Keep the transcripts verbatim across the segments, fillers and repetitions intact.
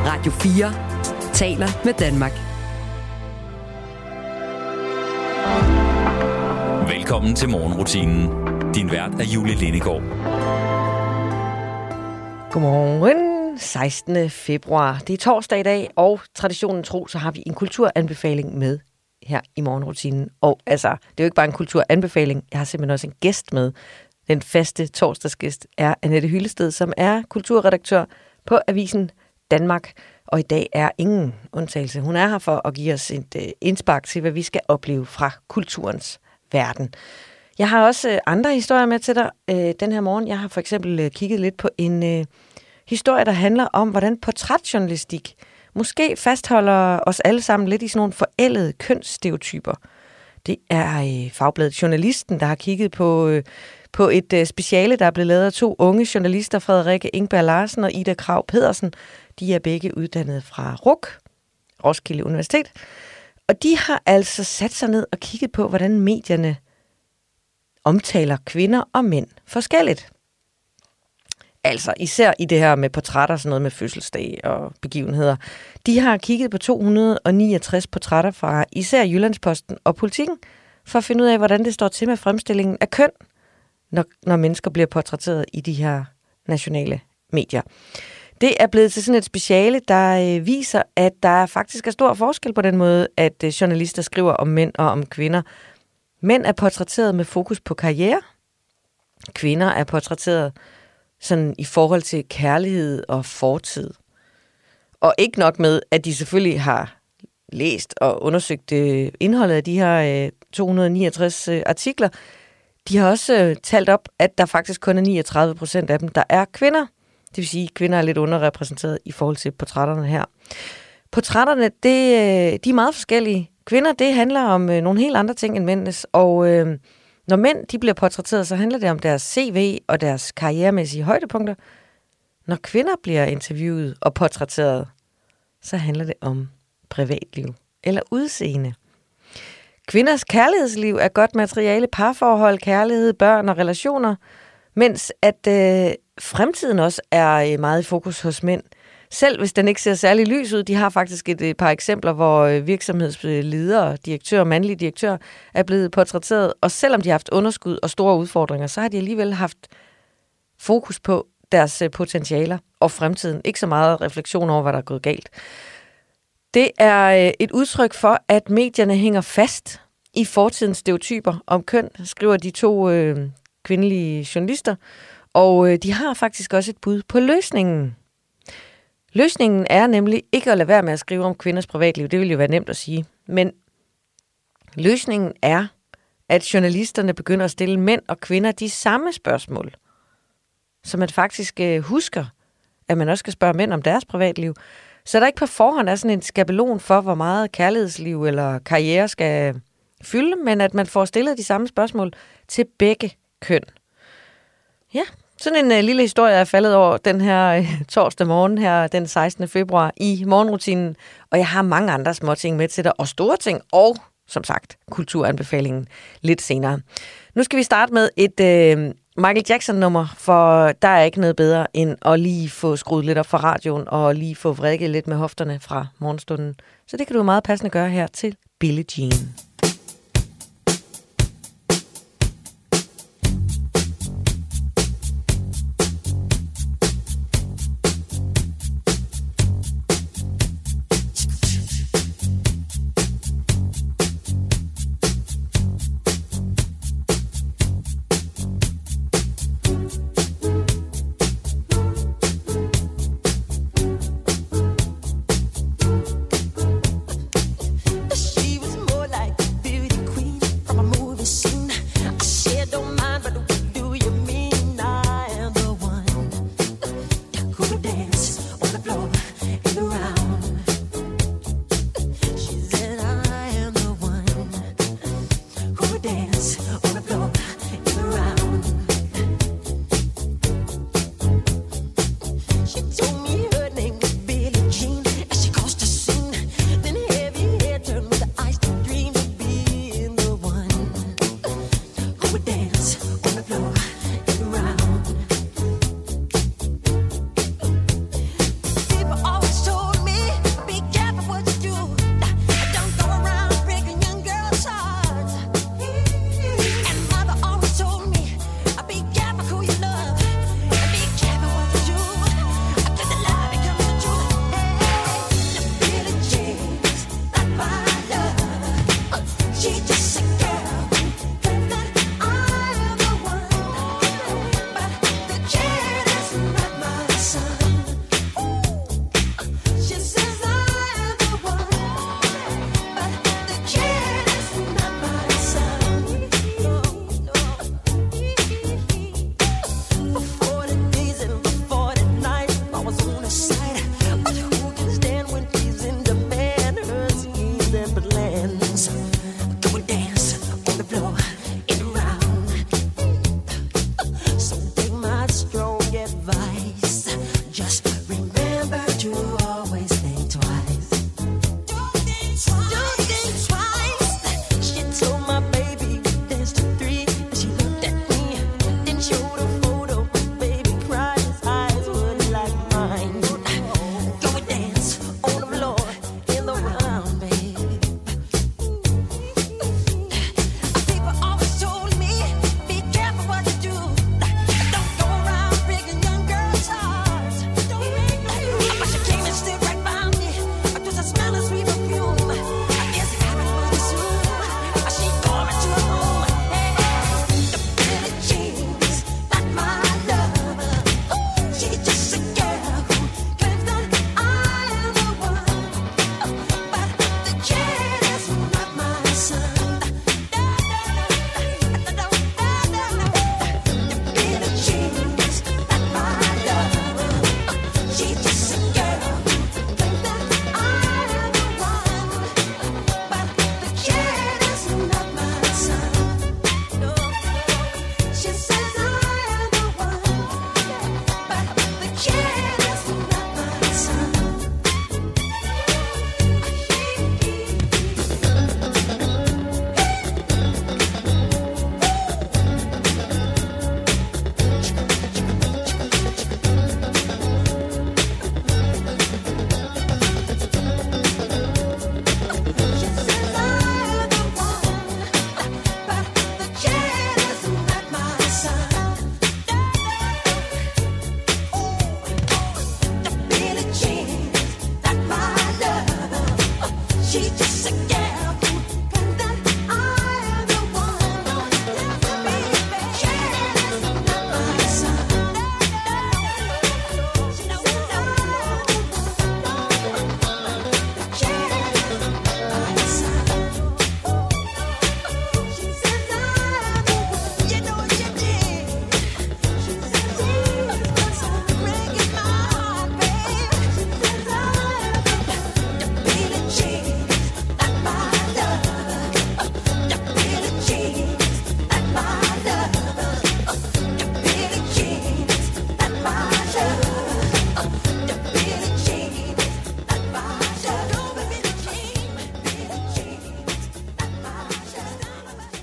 Radio fire taler med Danmark. Velkommen til morgenrutinen. Din vært er Julie Lindegård. Godmorgen, sekstende februar. Det er torsdag i dag, og traditionen tro, så har vi en kulturanbefaling med her i morgenrutinen. Og altså, det er jo ikke bare en kulturanbefaling, jeg har simpelthen også en gæst med. Den faste torsdagsgæst er Annette Hyllested, som er kulturredaktør på Avisen Danmark. Og i dag er ingen undtagelse. Hun er her for at give os et uh, indspark til, hvad vi skal opleve fra kulturens verden. Jeg har også uh, andre historier med til dig uh, den her morgen. Jeg har for eksempel uh, kigget lidt på en uh, historie, der handler om, hvordan portrætjournalistik måske fastholder os alle sammen lidt i sådan nogle forældede kønsstereotyper. Det er uh, fagbladet Journalisten, der har kigget på... Uh, på et uh, speciale, der er blevet lavet af to unge journalister, Frederikke Ingberg Larsen og Ida Krag Pedersen. De er begge uddannet fra R U C, Roskilde Universitet. Og de har altså sat sig ned og kigget på, hvordan medierne omtaler kvinder og mænd forskelligt. Altså især i det her med portrætter, sådan noget med fødselsdag og begivenheder. De har kigget på to hundrede og niogtres portrætter fra især Jyllandsposten og Politikken, for at finde ud af, hvordan det står til med fremstillingen af køn, Når, når mennesker bliver portrætteret i de her nationale medier. Det er blevet til sådan et speciale, der øh, viser, at der faktisk er stor forskel på den måde, at øh, journalister skriver om mænd og om kvinder. Mænd er portrætteret med fokus på karriere. Kvinder er portrætteret sådan i forhold til kærlighed og fortid. Og ikke nok med, at de selvfølgelig har læst og undersøgt øh, indholdet af de her øh, to hundrede og niogtres øh, artikler. De har også øh, talt op, at der faktisk kun er niogtredive procent af dem, der er kvinder. Det vil sige, at kvinder er lidt underrepræsenteret i forhold til portrætterne her. Portrætterne, det, øh, de er meget forskellige. Kvinder, det handler om øh, nogle helt andre ting end mændenes. Og øh, når mænd de bliver portrætteret, så handler det om deres C V og deres karrieremæssige højdepunkter. Når kvinder bliver interviewet og portrætteret, så handler det om privatliv eller udseende. Kvinders kærlighedsliv er godt materiale, parforhold, kærlighed, børn og relationer, mens at øh, fremtiden også er øh, meget i fokus hos mænd. Selv hvis den ikke ser særlig lys ud, de har faktisk et, et par eksempler, hvor øh, virksomhedsledere, direktører, mandlige direktører er blevet portrætteret, og selvom de har haft underskud og store udfordringer, så har de alligevel haft fokus på deres øh, potentialer og fremtiden. Ikke så meget refleksion over, hvad der er gået galt. Det er et udtryk for, at medierne hænger fast i fortidens stereotyper om køn, skriver de to øh, kvindelige journalister. Og øh, de har faktisk også et bud på løsningen. Løsningen er nemlig ikke at lade være med at skrive om kvinders privatliv. Det vil jo være nemt at sige. Men løsningen er, at journalisterne begynder at stille mænd og kvinder de samme spørgsmål. Så man faktisk øh, husker, at man også skal spørge mænd om deres privatliv. Så der ikke på forhånd er sådan en skabelon for, hvor meget kærlighedsliv eller karriere skal fylde, men at man får stillet de samme spørgsmål til begge køn. Ja, sådan en uh, lille historie er faldet over den her uh, torsdag morgen, her den sekstende februar i morgenrutinen, og jeg har mange andre små ting med til dig, og store ting, og som sagt, kulturanbefalingen lidt senere. Nu skal vi starte med et øh, Michael Jackson-nummer, for der er ikke noget bedre end at lige få skruet lidt op for radioen og lige få vrikket lidt med hofterne fra morgenstunden. Så det kan du meget passende gøre her til Billie Jean. She was more like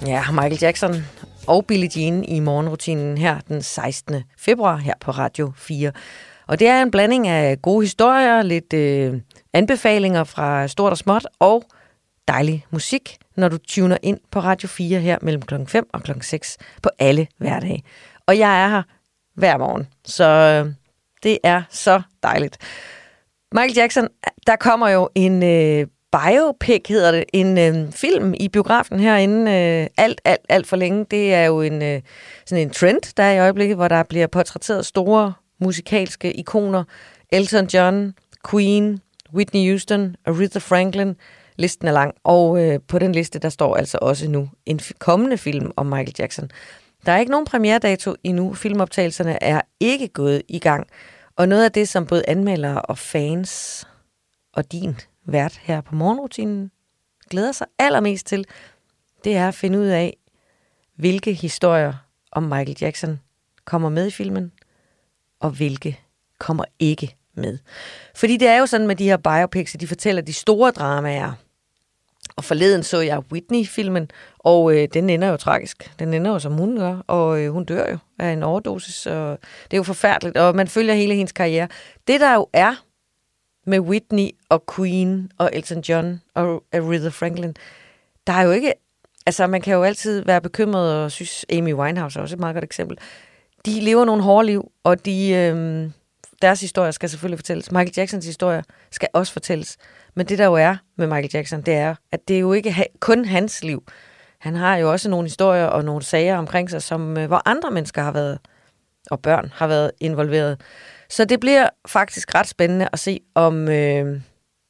Ja, Michael Jackson og Billie Jean i morgenrutinen her den sekstende februar her på Radio fire. Og det er en blanding af gode historier, lidt øh, anbefalinger fra stort og småt og dejlig musik, når du tuner ind på Radio fire her mellem klokken fem og klokken seks på alle hverdage. Og jeg er her hver morgen, så øh, det er så dejligt. Michael Jackson, der kommer jo en øh, biopic, hedder det, en øh, film i biografen herinde, øh, alt, alt, alt for længe. Det er jo en, øh, sådan en trend, der er i øjeblikket, hvor der bliver portrætteret store musikalske ikoner. Elton John, Queen, Whitney Houston, Aretha Franklin. Listen er lang, og øh, på den liste, der står altså også nu en f- kommende film om Michael Jackson. Der er ikke nogen premieredato endnu. Filmoptagelserne er ikke gået i gang. Og noget af det, som både anmeldere og fans og din vært her på morgenrutinen glæder sig allermest til, det er at finde ud af, hvilke historier om Michael Jackson kommer med i filmen, og hvilke kommer ikke med. Fordi det er jo sådan med de her biopics, at de fortæller de store dramaer. Og forleden så jeg Whitney-filmen, og øh, den ender jo tragisk. Den ender jo, som hun gør, og øh, hun dør jo af en overdosis, og det er jo forfærdeligt, og man følger hele hendes karriere. Det der jo er med Whitney og Queen og Elton John og Aretha Franklin, der er jo ikke... Altså, man kan jo altid være bekymret, og synes Amy Winehouse er også et meget godt eksempel. De lever nogle hårde liv, og de, øh, deres historie skal selvfølgelig fortælles. Michael Jacksons historie skal også fortælles. Men det der jo er med Michael Jackson, det er, at det er jo ikke ha- kun hans liv. Han har jo også nogle historier og nogle sager omkring sig, som, øh, hvor andre mennesker har været, og børn har været involveret. Så det bliver faktisk ret spændende at se, om øh,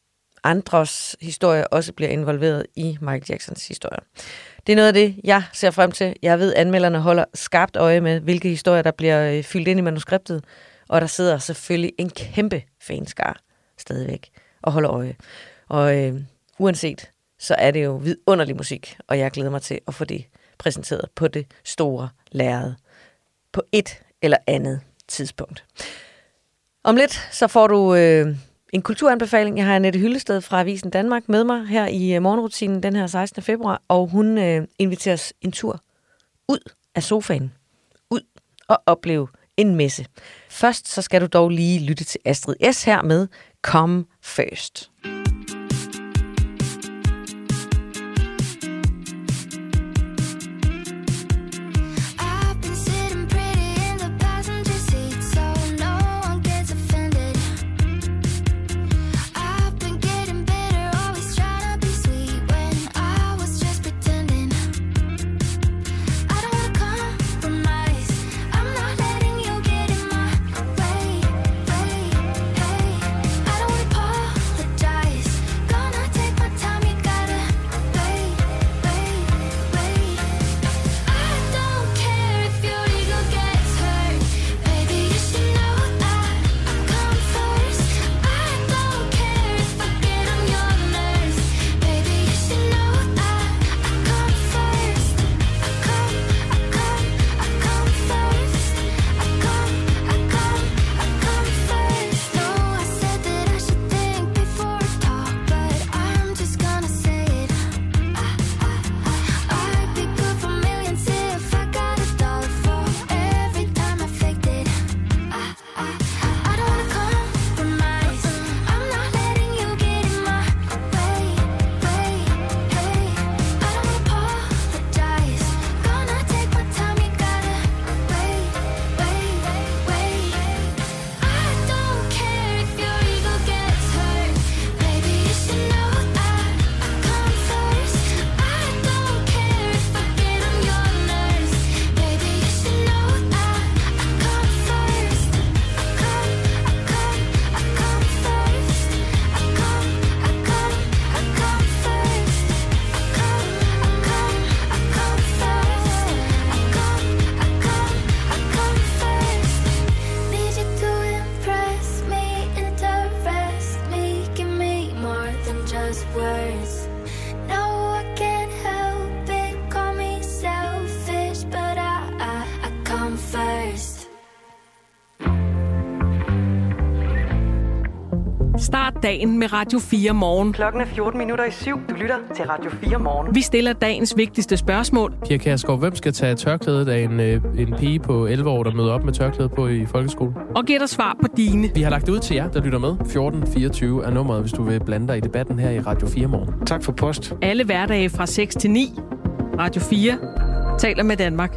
andres historie også bliver involveret i Michael Jacksons historie. Det er noget af det, jeg ser frem til. Jeg ved, at anmelderne holder skarpt øje med, hvilke historier, der bliver øh, fyldt ind i manuskriptet. Og der sidder selvfølgelig en kæmpe fanskare stadigvæk og holder øje. Og øh, uanset, så er det jo vidunderlig musik, og jeg glæder mig til at få det præsenteret på det store lærred på et eller andet tidspunkt. Om lidt, så får du øh, en kulturanbefaling. Jeg har Annette Hyllested fra Avisen Danmark med mig her i øh, morgenrutinen den her sekstende februar, og hun øh, inviterer os en tur ud af sofaen, ud og opleve en messe. Først så skal du dog lige lytte til Astrid S. her med Come First. Start dagen med Radio fire Morgen. Klokken er fjorten minutter i syv. Du lytter til Radio fire Morgen. Vi stiller dagens vigtigste spørgsmål. Pia Kjærsgaard, hvem skal tage tørklædet af en, en pige på elleve år, der møder op med tørklædet på i folkeskolen? Og giver dig svar på dine. Vi har lagt det ud til jer, der lytter med. fjorten fireogtyve er nummeret, hvis du vil blande dig i debatten her i Radio fire Morgen. Tak for post. Alle hverdage fra seks til ni. Radio fire taler med Danmark.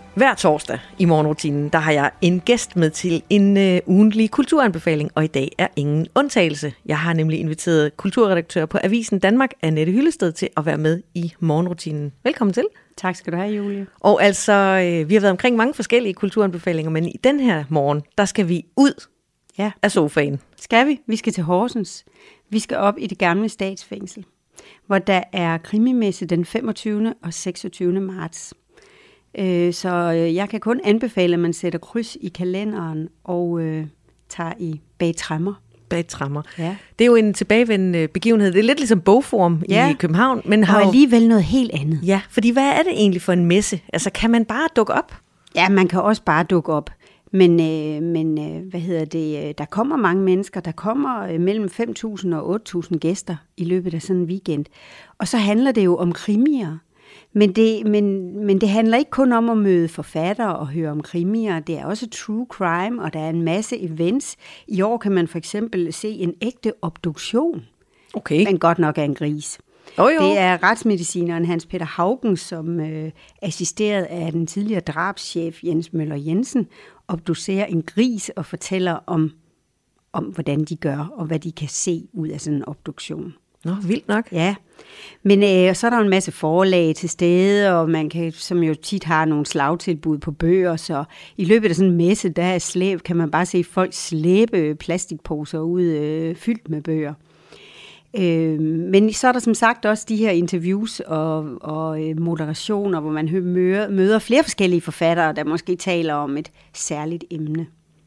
Hver torsdag i morgenrutinen, der har jeg en gæst med til en øh, ugentlig kulturanbefaling, og i dag er ingen undtagelse. Jeg har nemlig inviteret kulturredaktør på Avisen Danmark, Annette Hyllested, til at være med i morgenrutinen. Velkommen til. Tak skal du have, Julie. Og altså, øh, vi har været omkring mange forskellige kulturanbefalinger, men i den her morgen, der skal vi ud ja. af sofaen. Skal vi? Vi skal til Horsens. Vi skal op i det gamle statsfængsel, hvor der er krimimesse den femogtyvende og seksogtyvende marts. Så jeg kan kun anbefale, at man sætter kryds i kalenderen og øh, tager i bag tremmer. Bag tremmer. Ja. Det er jo en tilbagevendende begivenhed. Det er lidt ligesom Bogforum ja. i København. Men har og alligevel noget helt andet. Ja, fordi hvad er det egentlig for en messe? Altså, kan man bare dukke op? Ja, man kan også bare dukke op. Men, øh, men øh, hvad hedder det? Der kommer mange mennesker. Der kommer øh, mellem fem tusind og otte tusind gæster i løbet af sådan en weekend. Og så handler det jo om krimier. Men det, men, men det handler ikke kun om at møde forfattere og høre om krimier. Det er også true crime, og der er en masse events. I år kan man for eksempel se en ægte obduktion. Okay. Men godt nok er en gris. Oh, jo. Det er retsmedicineren Hans Peter Haugen, som øh, assisteret af den tidligere drabschef Jens Møller Jensen, obducerer en gris og fortæller om, om, hvordan de gør, og hvad de kan se ud af sådan en obduktion. Nå, vildt nok. Ja, men øh, så er der en masse forlag til stede, og man kan, som jo tit har nogle slagtilbud på bøger, så i løbet af sådan en messe, der er slæb, kan man bare se folk slæbe plastikposer ud øh, fyldt med bøger. Øh, men så er der som sagt også de her interviews og, og øh, moderationer, hvor man møder, møder flere forskellige forfattere, der måske taler om et særligt emne.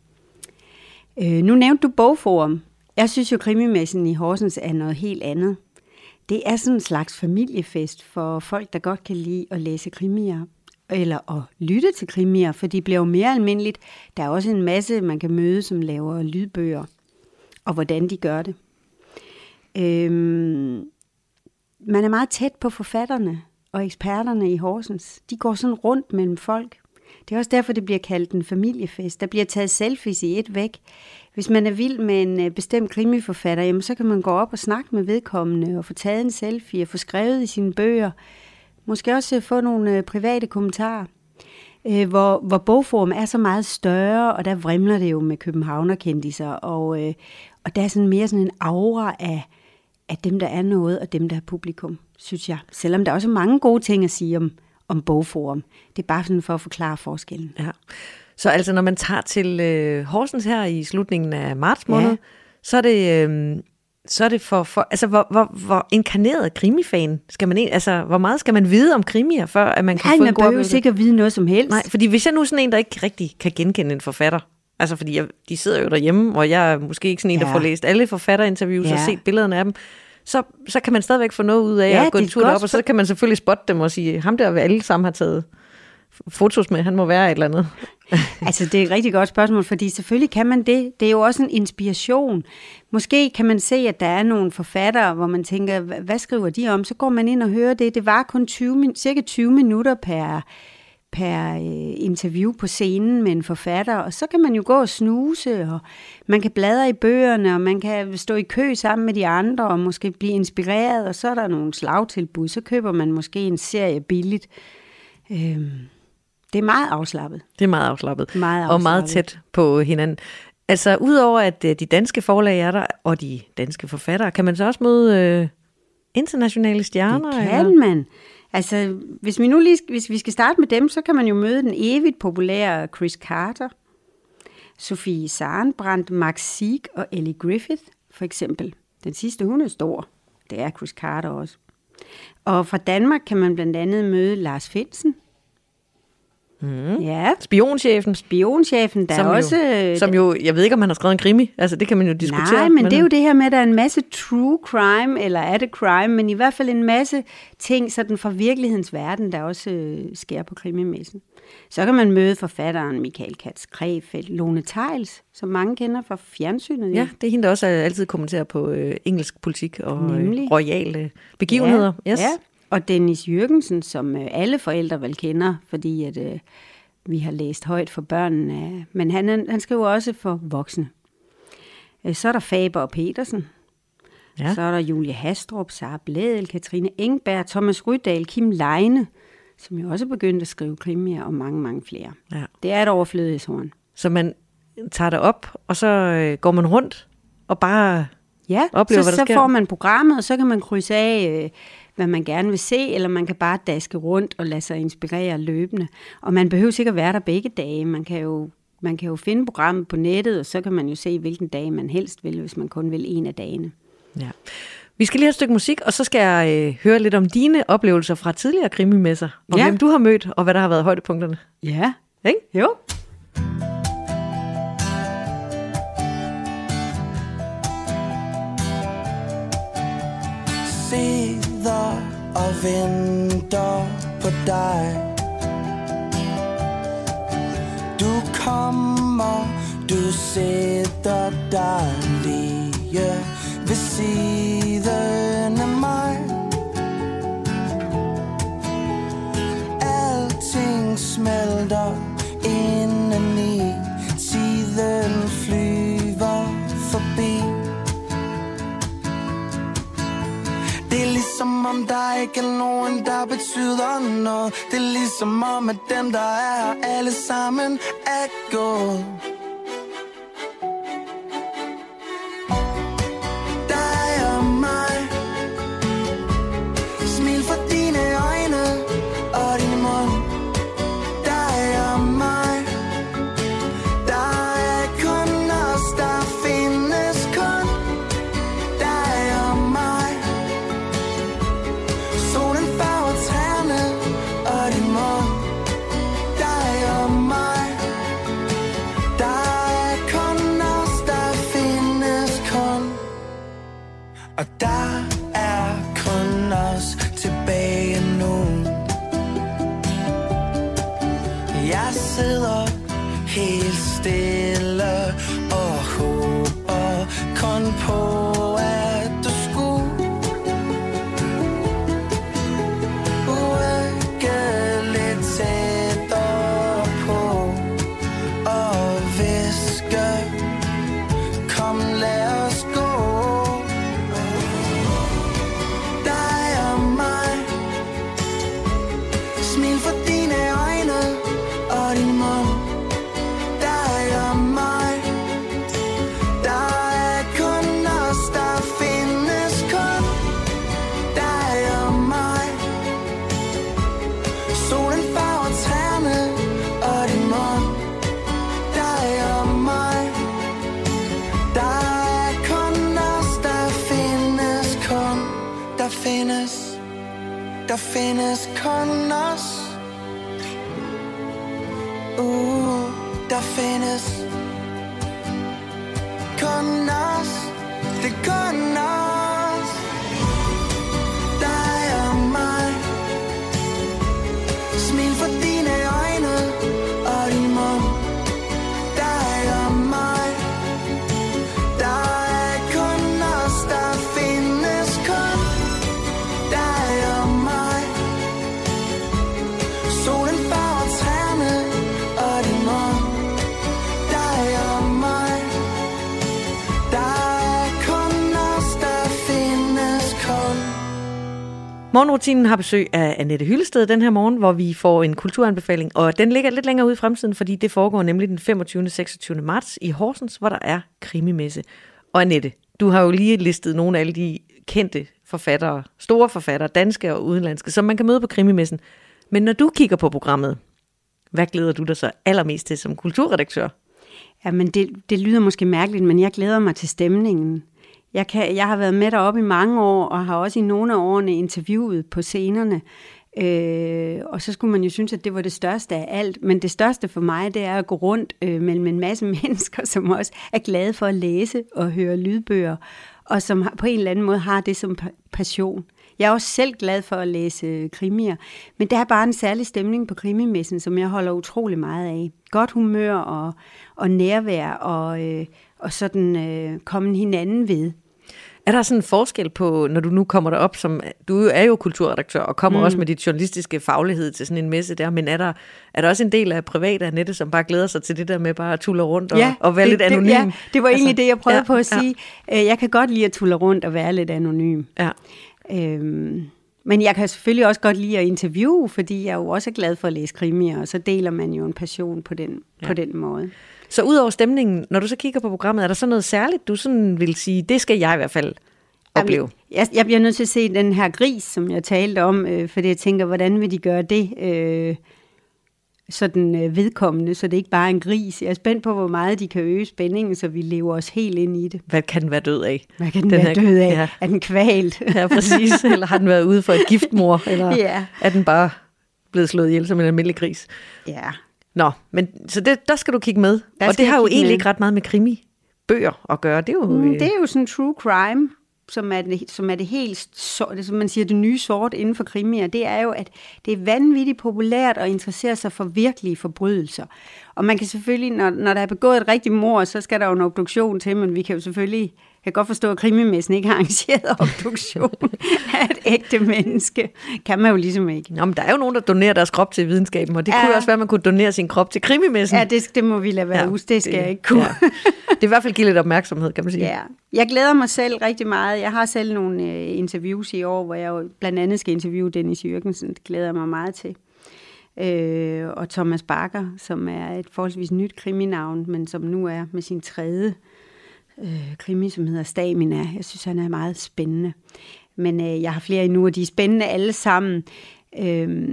Øh, nu nævnte du Bogforum. Jeg synes jo, krimimessen i Horsens er noget helt andet. Det er sådan en slags familiefest for folk, der godt kan lide at læse krimier, eller at lytte til krimier, for de bliver jo mere almindeligt. Der er også en masse, man kan møde, som laver lydbøger, og hvordan de gør det. Øhm, man er meget tæt på forfatterne og eksperterne i Horsens. De går sådan rundt mellem folk. Det er også derfor, det bliver kaldt en familiefest. Der bliver taget selfies i et væk. Hvis man er vild med en bestemt krimiforfatter, jamen, så kan man gå op og snakke med vedkommende og få taget en selfie og få skrevet i sine bøger. Måske også få nogle private kommentarer. Hvor, hvor Bogforum er så meget større, og der vrimler det jo med københavnerkendiser. Og, og der er sådan mere sådan en aura af, af dem, der er noget, og dem, der er publikum, synes jeg. Selvom der også er mange gode ting at sige om om Bogforum. Det er bare sådan for at forklare forskellen. Ja. Så altså, når man tager til øh, Horsens her i slutningen af marts måned, ja. så er det, øh, så er det for, for altså, hvor, hvor, hvor inkarneret krimifan skal man egentlig, altså, hvor meget skal man vide om krimier, før at man kan Nej, få en man god behøver sikkert vide noget som helst. Nej, fordi hvis jeg nu er sådan en, der ikke rigtig kan genkende en forfatter, altså fordi jeg, de sidder jo derhjemme, og jeg er måske ikke sådan en, der ja. får læst alle forfatterinterviews ja. og set billederne af dem, Så, så kan man stadigvæk få noget ud af ja, at gå en tur op, og så kan man selvfølgelig spotte dem og sige, ham der vil alle sammen have taget fotos med, han må være et eller andet. Altså, det er et rigtig godt spørgsmål, fordi selvfølgelig kan man det. Det er jo også en inspiration. Måske kan man se, at der er nogle forfattere, hvor man tænker, hvad skriver de om? Så går man ind og hører det. Det var kun tyve, cirka tyve minutter per, per interview på scenen med en forfatter, og så kan man jo gå og snuse, og man kan bladre i bøgerne, og man kan stå i kø sammen med de andre, og måske blive inspireret, og så er der nogle slagtilbud, så køber man måske en serie billigt. Øhm, det er meget afslappet. Det er meget afslappet, meget afslappet. og meget tæt på hinanden. Altså, udover at de danske forlag er der, og de danske forfattere, kan man så også møde øh, internationale stjerner? Det kan eller? man. Altså, hvis vi nu lige, hvis vi skal starte med dem, så kan man jo møde den evigt populære Chris Carter, Sofie Sarenbrant, Max Sieg og Ellie Griffith, for eksempel. Den sidste, hun er stor. Det er Chris Carter også. Og fra Danmark kan man blandt andet møde Lars Findsen. Mm. Ja. Spionchefen. Spionchefen, der som er jo, også... Som jo, jeg ved ikke, om han har skrevet en krimi. Altså, det kan man jo diskutere. Nej, men, men det er jo det her med, at der er en masse true crime, eller er det crime, men i hvert fald en masse ting sådan fra virkelighedens verden, der også øh, sker på krimimessen. Så kan man møde forfatteren Michael Katz Krefeld, Lone Theils, som mange kender fra fjernsynet. Ja, det er hende, der også altid kommenterer på øh, engelsk politik og Nemlig. øh, royale begivenheder. Ja, yes. ja. Og Dennis Jürgensen, som øh, alle forældre vel kender, fordi at, øh, vi har læst højt for børnene. Men han, han skriver også for voksne. Øh, så er der Faber og Petersen. Ja. Så er der Julie Hastrup, Sara Blædel, Katrine Engberg, Thomas Rydahl, Kim Leine, som jo også begyndte at skrive krimier, og mange, mange flere. Ja. Det er et overflødighedshorn. Så man tager det op, og så øh, går man rundt og bare ja, oplever, så, hvad der så sker. får man programmet, og så kan man krydse af, øh, hvad man gerne vil se, eller man kan bare daske rundt og lade sig inspirere løbende. Og man behøver sikkert være der begge dage. Man kan jo, man kan jo finde programmet på nettet, og så kan man jo se, hvilken dag man helst vil, hvis man kun vil en af dagene. Ja. Vi skal lige have et stykke musik, og så skal jeg øh, høre lidt om dine oplevelser fra tidligere krimimesser, og ja. hvem du har mødt, og hvad der har været højdepunkterne. Ja. Ikke? Jo. Sidder og venter på dig. Du kommer, du sætter dig lige ved siden af mig. Alting smelter indeni, tiden flyver forbi. Det er ligesom om der ikke er nogen, der betyder noget. Det er ligesom om at dem, der er her, alle sammen er gået. Og der er kun os tilbage nu. Jeg sidder helt stille og håber kun på, at du skulle rykke lidt tættere på og hviske, kom lad os gå. Der findes kun os. Uh, der findes kun os. Det er kun os. Dig og mig. Smil for dine øjne og din mund. Dig og mig. Der er kun os. Der findes kun dig og mig. Solen farver træerne og din mund. Dig og mig. Der er kun os, der findes kun. Morgenrutinen har besøg af Annette Hyllested den her morgen, hvor vi får en kulturanbefaling, og den ligger lidt længere ude i fremtiden, fordi det foregår nemlig den femogtyvende og seksogtyvende marts i Horsens, hvor der er krimimesse. Og Annette, du har jo lige listet nogle af alle de kendte forfattere, store forfattere, danske og udenlandske, som man kan møde på krimimessen. Men når du kigger på programmet, hvad glæder du dig så allermest til som kulturredaktør? Jamen, det, det lyder måske mærkeligt, men jeg glæder mig til stemningen. Jeg, kan, jeg har været med deroppe i mange år, og har også i nogle af årene interviewet på scenerne. Øh, og så skulle man jo synes, at det var det største af alt. Men det største for mig, det er at gå rundt øh, mellem en masse mennesker, som også er glade for at læse og høre lydbøger, og som har, på en eller anden måde har det som passion. Jeg er også selv glad for at læse krimier, men der er bare en særlig stemning på krimimessen, som jeg holder utrolig meget af. Godt humør og, og nærvær og, øh, og sådan øh, komme hinanden ved. Er der sådan en forskel på, når du nu kommer derop, som du er jo kulturredaktør og kommer mm. også med dit journalistiske faglighed til sådan en messe der, men er der, er der også en del af private Annette, som bare glæder sig til det der med bare at tulle rundt og, ja, og være det, lidt anonym? Det, ja, det var egentlig altså, det, jeg prøvede ja, på at sige. Ja. Jeg kan godt lide at tulle rundt og være lidt anonym. Ja. Øhm, Men jeg kan selvfølgelig også godt lide at interviewe, fordi jeg er jo også glad for at læse krimier, og så deler man jo en passion på den, ja. på den måde. Så ud over stemningen, når du så kigger på programmet, er der så noget særligt, du sådan vil sige, det skal jeg i hvert fald opleve? Jeg, jeg bliver nødt til at se den her gris, som jeg talte om, øh, fordi jeg tænker, hvordan vil de gøre det øh, sådan øh, vedkommende, så det ikke bare er en gris. Jeg er spændt på, hvor meget de kan øge spændingen, så vi lever os helt ind i det. Hvad kan den være død af? Hvad kan den, den være her, død af? Ja. Er den kvalt? Ja, præcis. Eller har den været ude for et giftmor? Eller ja. Er den bare blevet slået ihjel som en almindelig gris? Ja. Nå, men så det, der skal du kigge med. Der og det har jo egentlig med. ikke ret meget med krimi-bøger at gøre. Det er jo, mm, det er jo sådan true crime, som er det, som er det helt, det, som man siger, det nye sort inden for krimier. Det er jo, at det er vanvittigt populært at interessere sig for virkelige forbrydelser. Og man kan selvfølgelig, når, når der er begået et rigtigt mord, så skal der jo en obduktion til, men vi kan jo selvfølgelig, jeg kan godt forstå, at krimimessen ikke har arrangeret obduktion af et ægte menneske. Kan man jo ligesom ikke. Nå, men der er jo nogen, der donerer deres krop til videnskaben, og det ja. kunne jo også være, at man kunne donere sin krop til krimimessen. Ja, det, det må vi lade være ja, us, det skal det, jeg ikke kunne. Ja. Det er i hvert fald give lidt opmærksomhed, kan man sige. Ja. Jeg glæder mig selv rigtig meget. Jeg har selv nogle øh, interviews i år, hvor jeg jo blandt andet skal interviewe Dennis Jürgensen. Det glæder jeg mig meget til. Øh, og Thomas Bakker, som er et forholdsvis nyt kriminavn, men som nu er med sin tredje øh, krimi, som hedder Stamina. Jeg synes, han er meget spændende. Men øh, jeg har flere endnu, og de er spændende alle sammen. Øh,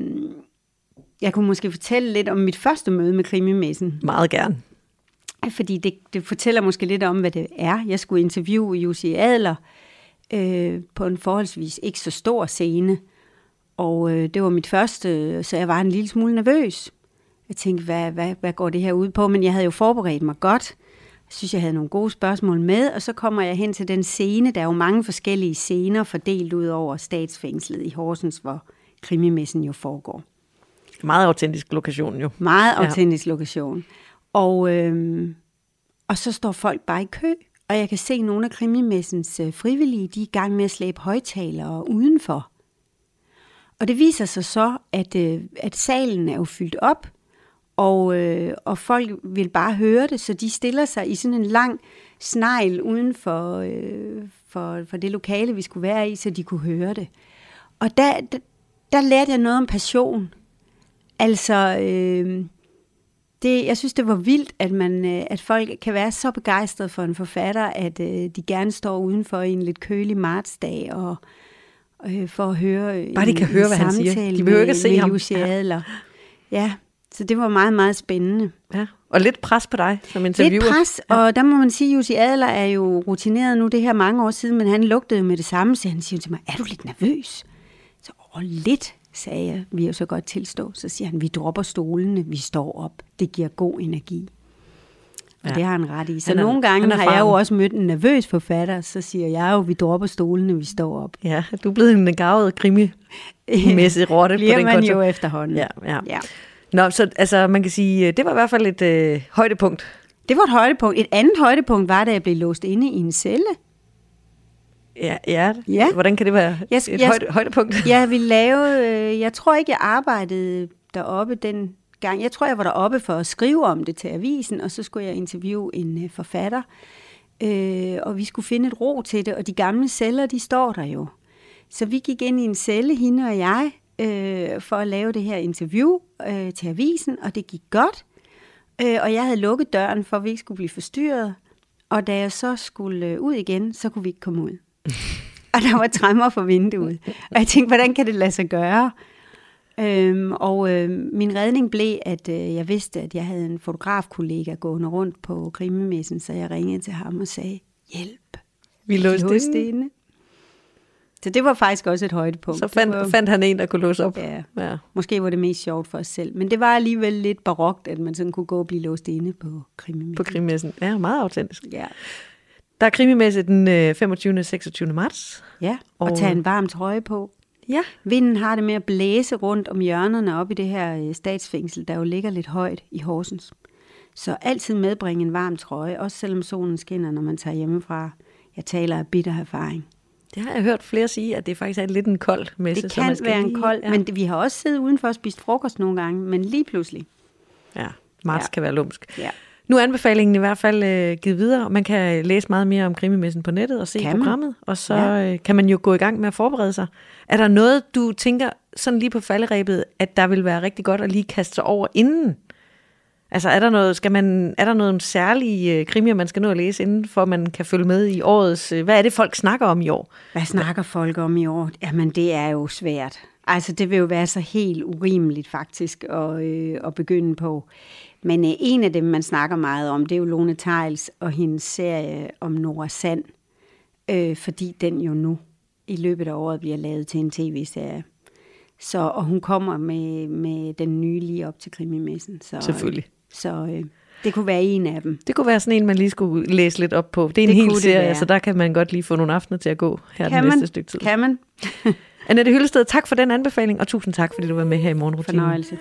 jeg kunne måske fortælle lidt om mit første møde med krimimessen. Meget gerne. Fordi det, det fortæller måske lidt om, hvad det er. Jeg skulle interviewe Jussi Adler øh, på en forholdsvis ikke så stor scene. Og øh, det var mit første, så jeg var en lille smule nervøs. Jeg tænkte, hvad, hvad, hvad går det her ud på? Men jeg havde jo forberedt mig godt. Jeg synes, jeg havde nogle gode spørgsmål med. Og så kommer jeg hen til den scene. Der er jo mange forskellige scener fordelt ud over Statsfængslet i Horsens, hvor krimimessen jo foregår. Meget autentisk lokation jo. Meget autentisk ja. lokation. Og, øhm, og så står folk bare i kø, og jeg kan se nogle af krimimessens øh, frivillige, de er i gang med at slæbe højtalere udenfor. Og det viser sig så, at, øh, at salen er jo fyldt op, og, øh, og folk vil bare høre det, så de stiller sig i sådan en lang snegl uden for, øh, for, for det lokale, vi skulle være i, så de kunne høre det. Og der, der, der lærte jeg noget om passion. Altså... Øh, Det, jeg synes, det var vildt, at, man, at folk kan være så begejstrede for en forfatter, at øh, de gerne står udenfor i en lidt kølig martsdag og øh, for at høre Bare de en, kan høre, hvad han siger. De behøver ikke at se ham. Jussi Adler. Ja, så det var meget, meget spændende. Ja. Og lidt pres på dig som interviewer. Lidt pres, ja. Og der må man sige, at Jussi Adler er jo rutineret nu, det her mange år siden, men han lugtede med det samme, så han siger til mig, er du lidt nervøs? Så åh, lidt. Sagde jeg, vi jo så godt tilstå. Så siger han, vi dropper stolene, vi står op. Det giver god energi. Og ja. det har han ret i. Så er, nogle gange har jeg jo også mødt en nervøs forfatter, så siger jeg jo, vi dropper stolene, vi står op. Ja, du er blevet en garvet krimi-mæssig rotte på den konto. Bliver man jo efterhånden. Ja, ja. ja. Nå, så altså, man kan sige, det var i hvert fald et øh, højdepunkt. Det var et højdepunkt. Et andet højdepunkt var, da jeg blev låst inde i en celle. Ja, ja. ja. Hvordan kan det være jeg, et jeg, højde, højdepunkt? Jeg ville lave, øh, jeg tror ikke, jeg arbejdede deroppe den gang. Jeg tror, jeg var deroppe for at skrive om det til avisen, og så skulle jeg interviewe en øh, forfatter. Øh, og vi skulle finde et ro til det, og de gamle celler, de står der jo. Så vi gik ind i en celle, hende og jeg, øh, for at lave det her interview øh, til avisen, og det gik godt. Øh, og jeg havde lukket døren, for at vi ikke skulle blive forstyrret. Og da jeg så skulle øh, ud igen, så kunne vi ikke komme ud. Og der var tremmer for vinduet. Og jeg tænkte, hvordan kan det lade sig gøre? Øhm, og øh, min redning blev, at øh, jeg vidste, at jeg havde en fotografkollega gående rundt på krimimessen, så jeg ringede til ham og sagde, hjælp, vi låste inde. Så det var faktisk også et højdepunkt. Så fandt, var, fandt han en, der kunne låse op. Ja, ja, måske var det mest sjovt for os selv. Men det var alligevel lidt barokt, at man sådan kunne gå og blive låst inde på krimimessen. På krimimessen, ja, meget autentisk. Ja. Der er krimimesse den femogtyvende og seksogtyvende marts. Ja, og, og tage en varm trøje på. Ja. Vinden har det med at blæse rundt om hjørnerne op i det her statsfængsel, der jo ligger lidt højt i Horsens. Så altid medbringe en varm trøje, også selvom solen skinner, når man tager hjemmefra. Jeg taler af bitter erfaring. Det har jeg hørt flere sige, at det faktisk er lidt en kold messe. Det kan være en kold, ja. Men vi har også siddet udenfor og spist frokost nogle gange, men lige pludselig. Ja, marts ja. kan være lumsk. Ja. Nu er anbefalingen i hvert fald øh, givet videre, og man kan læse meget mere om krimimessen på nettet og se kan programmet, og så ja. øh, kan man jo gå i gang med at forberede sig. Er der noget, du tænker sådan lige på falderebet, at der vil være rigtig godt at lige kaste sig over inden? Altså er der noget, skal man, er der noget særlige øh, krimier, man skal nå at læse inden, for man kan følge med i årets... Øh, hvad er det, folk snakker om i år? Hvad snakker folk om i år? Jamen, det er jo svært. Altså, det vil jo være så helt urimeligt faktisk at, øh, at begynde på. Men øh, en af dem, man snakker meget om, det er jo Lone Theils og hendes serie om Nora Sand. Øh, fordi den jo nu i løbet af året bliver lavet til en tv-serie. Så, og hun kommer med, med den nye lige op til krimimessen. Så, Selvfølgelig. Så øh, det kunne være en af dem. Det kunne være sådan en, man lige skulle læse lidt op på. Det er en Det hel kunne det serie, være. så der kan man godt lige få nogle aftener til at gå her Kan den man? næste stykke tid. Kan man? Annette Hyllested, tak for den anbefaling, og tusind tak, fordi du var med her i morgenrutinen. Fornøjelse.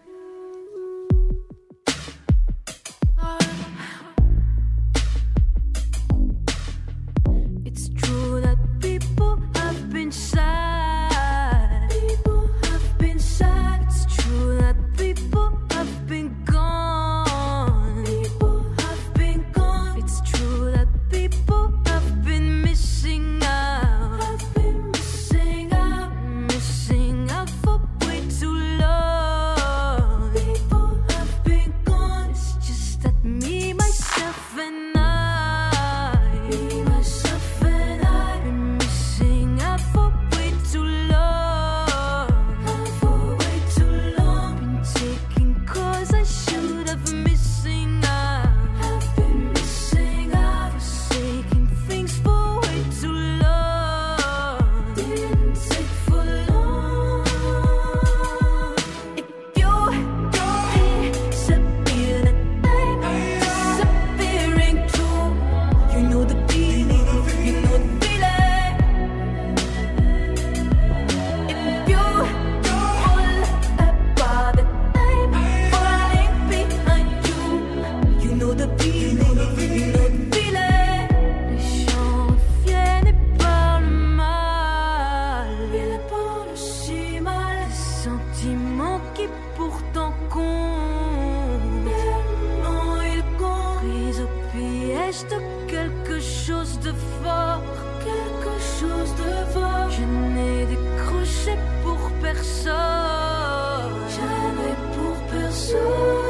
It's true that people have been sad. People have been sad. It's true that people have been gone. People have been gone. It's true that people have been missing out. Have been missing out. Missing out for way too long. People have been gone. It's just that me, myself, and I. Me, myself, and I. Been missing out for way too long. For way too long. Been taking cause I should have missing out. Have been missing out. Forsaking things for way too long. Didn't take for long. If you disappear, then I'm disappearing too. You know the feeling, you know the feeling. If you fall apart, then I'm falling behind you. You know the feeling, you know the feeling. Les gens reviennent et parlent mal, viennent et parlent si mal. Des sentiments qui pourtant comptent, tellement ils comptent. Pris au piège de quelque chose de fort, quelque chose de fort. Je n'ai décroché pour personne, jamais pour personne.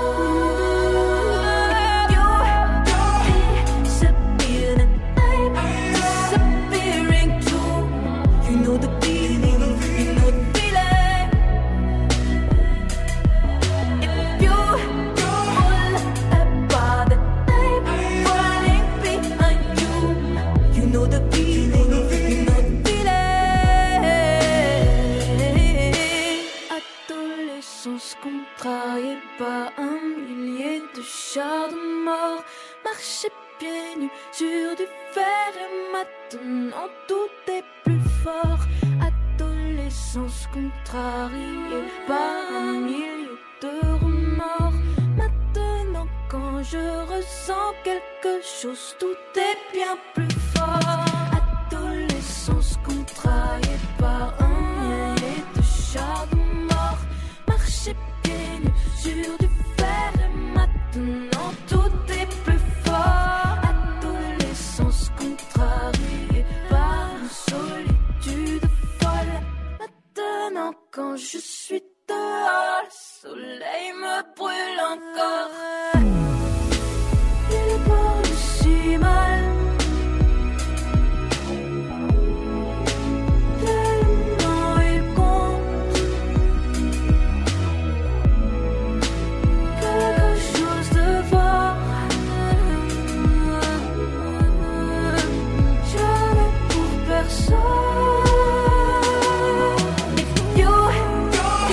You disappear and I'm disappearing too. You know the feeling, you know the feeling. If you fall apart, then I'm falling behind you. You know the feeling, you know the feeling. Adolescence contrariée par un millier de chars de mort. Marcher pieds nus sur du fer et maintenant tout est plus fort. Adolescence contrariée par un millier de remords. Maintenant quand je ressens quelque chose, tout est bien plus fort. Adolescence contrariée par un millier de chars de mort. Marcher pieds nus sur du fer et maintenant tout est plus fort. Adolescence contrariée par une solitude folle. Maintenant quand je suis dehors, le soleil me brûle encore. Il parle si mal, tellement il compte. Quelque chose de fort, jamais pour personne. If you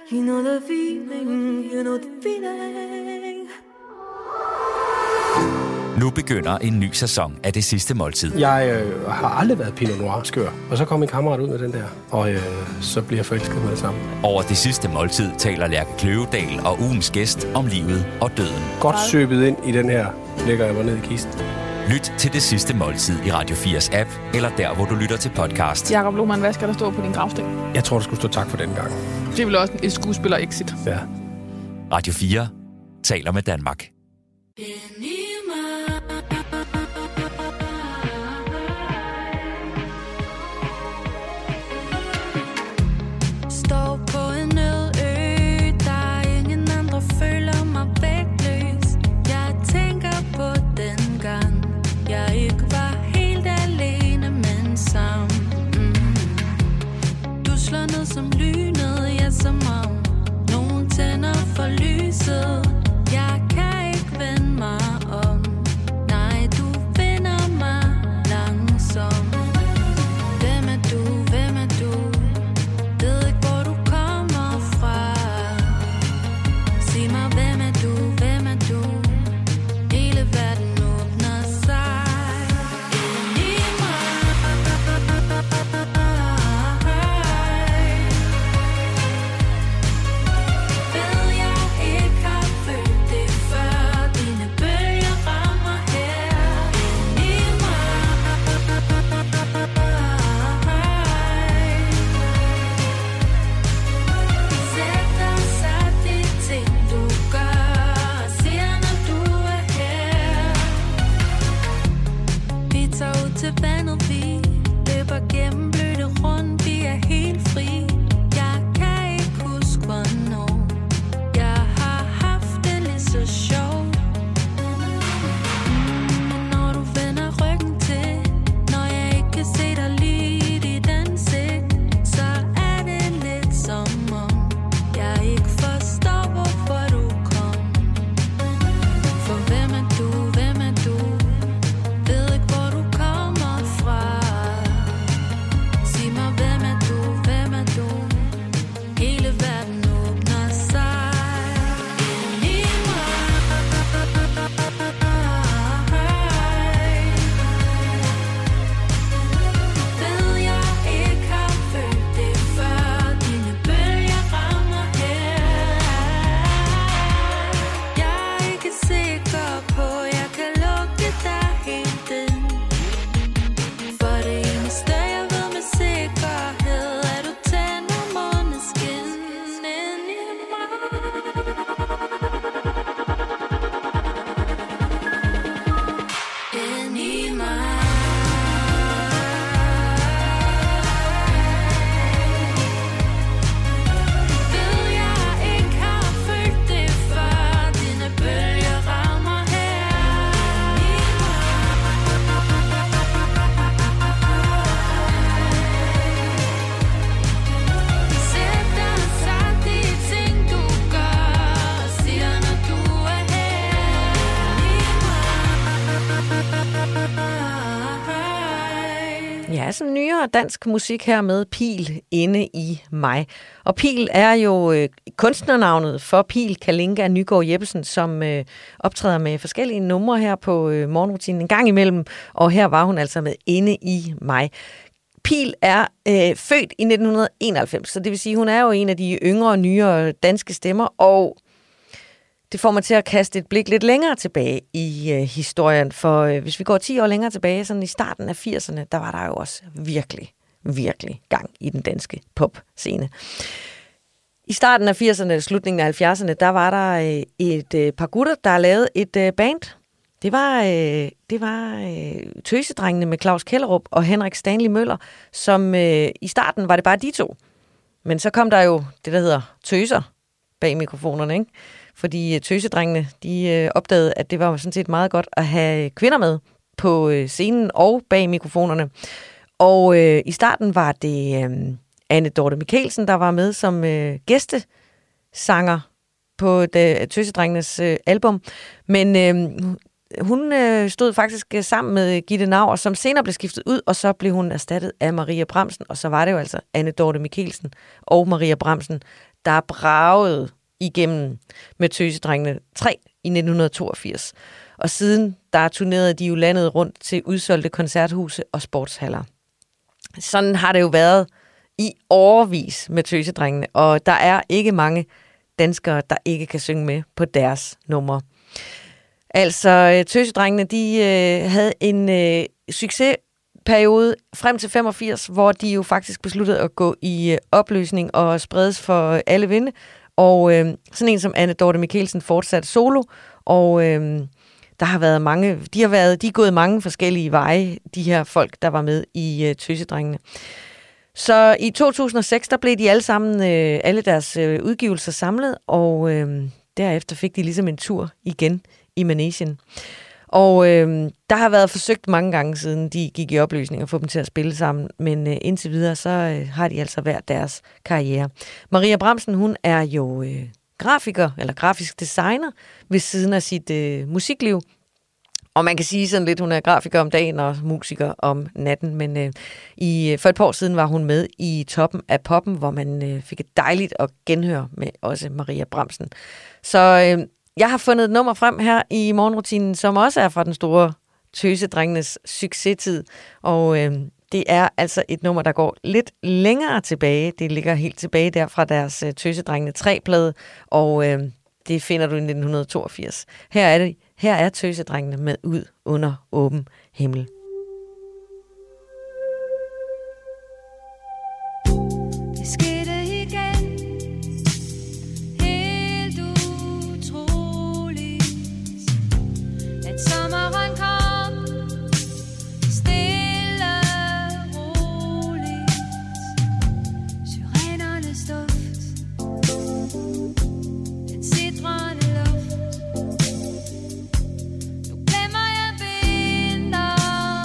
You know the feeling, you know the feeling. Nu begynder en ny sæson af Det Sidste Måltid. Jeg øh, har aldrig været Pinot Noir skør. Og så kom min kammerat ud med den der, og øh, så bliver jeg forelsket med det samme. Over Det Sidste Måltid taler Lærke Kløvedal og ugens gæst om livet og døden. Godt søbet ind i den her, lægger jeg mig ned i kisten. Lyt til Det Sidste Måltid i Radio fires app, eller der, hvor du lytter til podcast. Jakob Lohmann, hvad skal der stå på din gravsten? Jeg tror, der skulle stå tak for den gang. Det er vel også et skuespiller-exit. Ja. Radio fire taler med Danmark. Står på en øde ø, der er ingen andre føler mig vægtløs. Jeg tænker på den gang, jeg ikke var helt alene, men sammen. Mm. Du slår ned som lynet, ja, som om nogen tænder for lyset. Jeg kan ikke vende mig om. Nej, du vinder mig langsomt. Hvem er du, hvem er du? Ved ikke, hvor du kommer fra. Sig mig, hvem er du, hvem er du? Hele verden åbner sig ind i mig. Ved jeg ikke har følt det før. Dine bølger rammer her ind i mig. Sætter sig de ting, du gør, siger, når du er her. Vi tager ud til vandet, vi løber gennem blødte rundt, vi er helt fri. Jeg kan ikke huske, hvornår jeg har haft det lige så sjovt. Men når du vender ryggen til, når jeg ikke kan se dig lige i dit ansigt, så er det lidt som om jeg ikke forstår, hvorfor du kom. For hvem er du, hvem er du? Ved ikke, hvor du kommer fra. Sig mig, hvem er du, hvem er du? Hele verden åbner sig ind i mig. Ved jeg ikke har følt det før. Dine bølger rammer her. Jeg er ikke sikker på, jeg kan lukke dig helt ind. For det eneste jeg ved med sikkerhed, er du tænder måneskin ind i mig. Ind i mig. Ved jeg ikke har følt det før. Dine bølger rammer her ind i mig. Sætter sig de ting, du gør, siger, når du er her ind i mig. Ja, sådan nyere dansk musik her med Pil inde i mig. Og Pil er jo øh, kunstnernavnet for Pil Kalinka Nygaard Jeppesen, som øh, optræder med forskellige numre her på øh, morgenrutinen en gang imellem. Og her var hun altså med inde i mig. Pil er øh, født i nitten enoghalvfems, så det vil sige, hun er jo en af de yngre, nyere danske stemmer, og det får mig til at kaste et blik lidt længere tilbage i øh, historien, for øh, hvis vi går ti år længere tilbage, sådan i starten af firserne, der var der jo også virkelig, virkelig gang i den danske popscene. I starten af firserne, slutningen af halvfjerdserne, der var der øh, et øh, par gutter, der lavede et øh, band. Det var, øh, det var øh, Tøsedrengene med Claus Kellerup og Henrik Stanley Møller, som øh, i starten var det bare de to. Men så kom der jo det, der hedder tøser bag mikrofonerne, ikke? Fordi øh, Tøsedrengene, de øh, opdagede, at det var sådan set meget godt at have kvinder med på øh, scenen og bag mikrofonerne. Og øh, i starten var det øh, Anne Dorte Mikkelsen, der var med som øh, gæstesanger på det, Tøsedrengenes øh, album. Men øh, hun øh, stod faktisk øh, sammen med Gitte Nauer, som senere blev skiftet ud, og så blev hun erstattet af Maria Bramsen, og så var det jo altså Anne Dorte Mikkelsen og Maria Bramsen, der bragede igennem med Tøsedrengene tre i nitten toogfirs. Og siden der turnerede de jo landet rundt til udsolgte koncerthuse og sportshaller. Sådan har det jo været i årevis med Tøsedrengene, og der er ikke mange danskere, der ikke kan synge med på deres numre. Altså, Tøsedrengene, de øh, havde en øh, succesperiode frem til femogfirs, hvor de jo faktisk besluttede at gå i øh, opløsning og spredes for alle vinde. Og øh, sådan en som Anne Dorte Michelsen fortsatte solo, og øh, der har været mange, de har været, de er gået mange forskellige veje, de her folk, der var med i øh, Tøsedrengene. Så i to tusind og seks, der blev de alle sammen, øh, alle deres øh, udgivelser samlet, og øh, derefter fik de ligesom en tur igen i Manesien. Og øh, der har været forsøgt mange gange siden de gik i opløsning at få dem til at spille sammen, men øh, indtil videre så øh, har de altså hver deres karriere. Maria Bramsen, hun er jo øh, grafiker eller grafisk designer ved siden af sit øh, musikliv. Og man kan sige sådan lidt, hun er grafiker om dagen og musiker om natten, men øh, i, for et par år siden var hun med i Toppen af Poppen, hvor man øh, fik et dejligt at genhøre med også Maria Bramsen. Så øh, jeg har fundet et nummer frem her i morgenrutinen, som også er fra den store Tøsedrengenes succestid, og øh, det er altså et nummer, der går lidt længere tilbage. Det ligger helt tilbage der fra deres øh, Tøsedrengene tre-plade, og øh, det finder du i nitten toogfirs. Her er det. Her er Tøsedrengene med Ud under åben himmel. Det skete igen, helt utroligt, at sommeren kom, stille roligt, syrenernes duft, den sidrende luft. Nu glemmer jeg vinteren.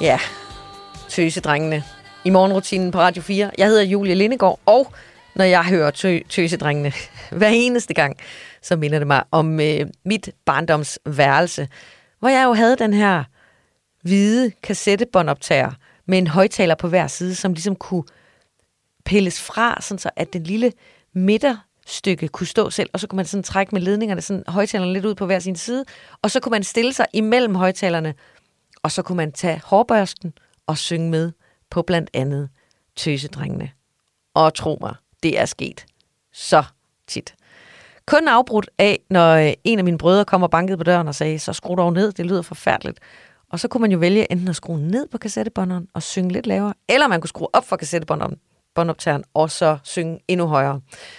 Ja, Tøsedrengene i morgenrutinen på Radio fire. Jeg hedder Julie Lindegård, og når jeg hører tø- Tøsedrengene hver eneste gang, så minder det mig om øh, mit barndomsværelse, hvor jeg jo havde den her hvide kassettebåndoptager med en højtaler på hver side, som ligesom kunne pilles fra, sådan så at den lille midterstykke kunne stå selv, og så kunne man sådan trække med ledningerne, sådan højtalerne lidt ud på hver sin side, og så kunne man stille sig imellem højtalerne, og så kunne man tage hårbørsten og synge med på blandt andet Tøsedrengene. Og tro mig, det er sket så tit. Kun afbrudt af, når en af mine brødre kom og bankede på døren og sagde, så skru dog ned, det lyder forfærdeligt. Og så kunne man jo vælge enten at skrue ned på kassettebånderen og synge lidt lavere, eller man kunne skrue op for kassettebåndoptageren og så synge endnu højere.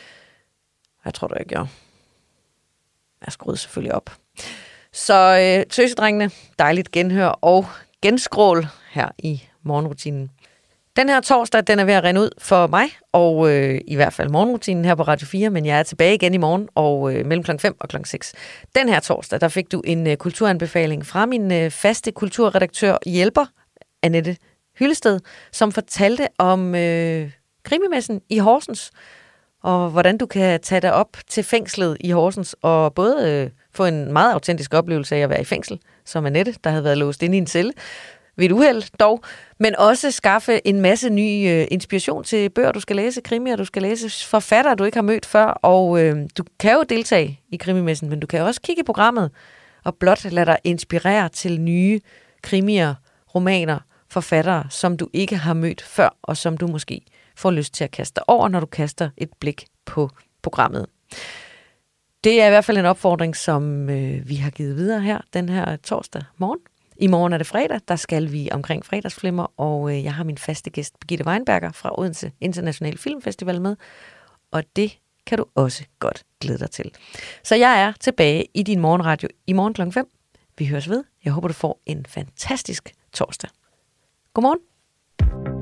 Jeg tror, det jeg gjorde. Jeg skruede selvfølgelig op. Så øh, Tøsedrengene, dejligt genhør og genskrål her i morgenrutinen. Den her torsdag, den er ved at rende ud for mig, og øh, i hvert fald morgenrutinen her på Radio fire, men jeg er tilbage igen i morgen, og øh, mellem klokken fem og klokken seks. Den her torsdag, der fik du en øh, kulturanbefaling fra min øh, faste kulturredaktør hjælper, Annette Hyllested, som fortalte om øh, krimimessen i Horsens, og hvordan du kan tage dig op til fængslet i Horsens, og både øh, få en meget autentisk oplevelse af at være i fængsel, som Annette, der havde været låst inde i en celle, ved et uheld dog, men også skaffe en masse ny øh, inspiration til bøger, du skal læse, krimier, du skal læse, forfattere, du ikke har mødt før, og øh, du kan jo deltage i krimimessen, men du kan også kigge i programmet og blot lade dig inspirere til nye krimier, romaner, forfattere, som du ikke har mødt før, og som du måske får lyst til at kaste over, når du kaster et blik på programmet. Det er i hvert fald en opfordring, som øh, vi har givet videre her den her torsdag morgen. I morgen er det fredag, der skal vi omkring fredagsflimmer, og øh, jeg har min faste gæst, Birgitte Weinberger fra Odense International Filmfestival med, og det kan du også godt glæde dig til. Så jeg er tilbage i din morgenradio i morgen klokken fem. Vi høres ved. Jeg håber, du får en fantastisk torsdag. Godmorgen.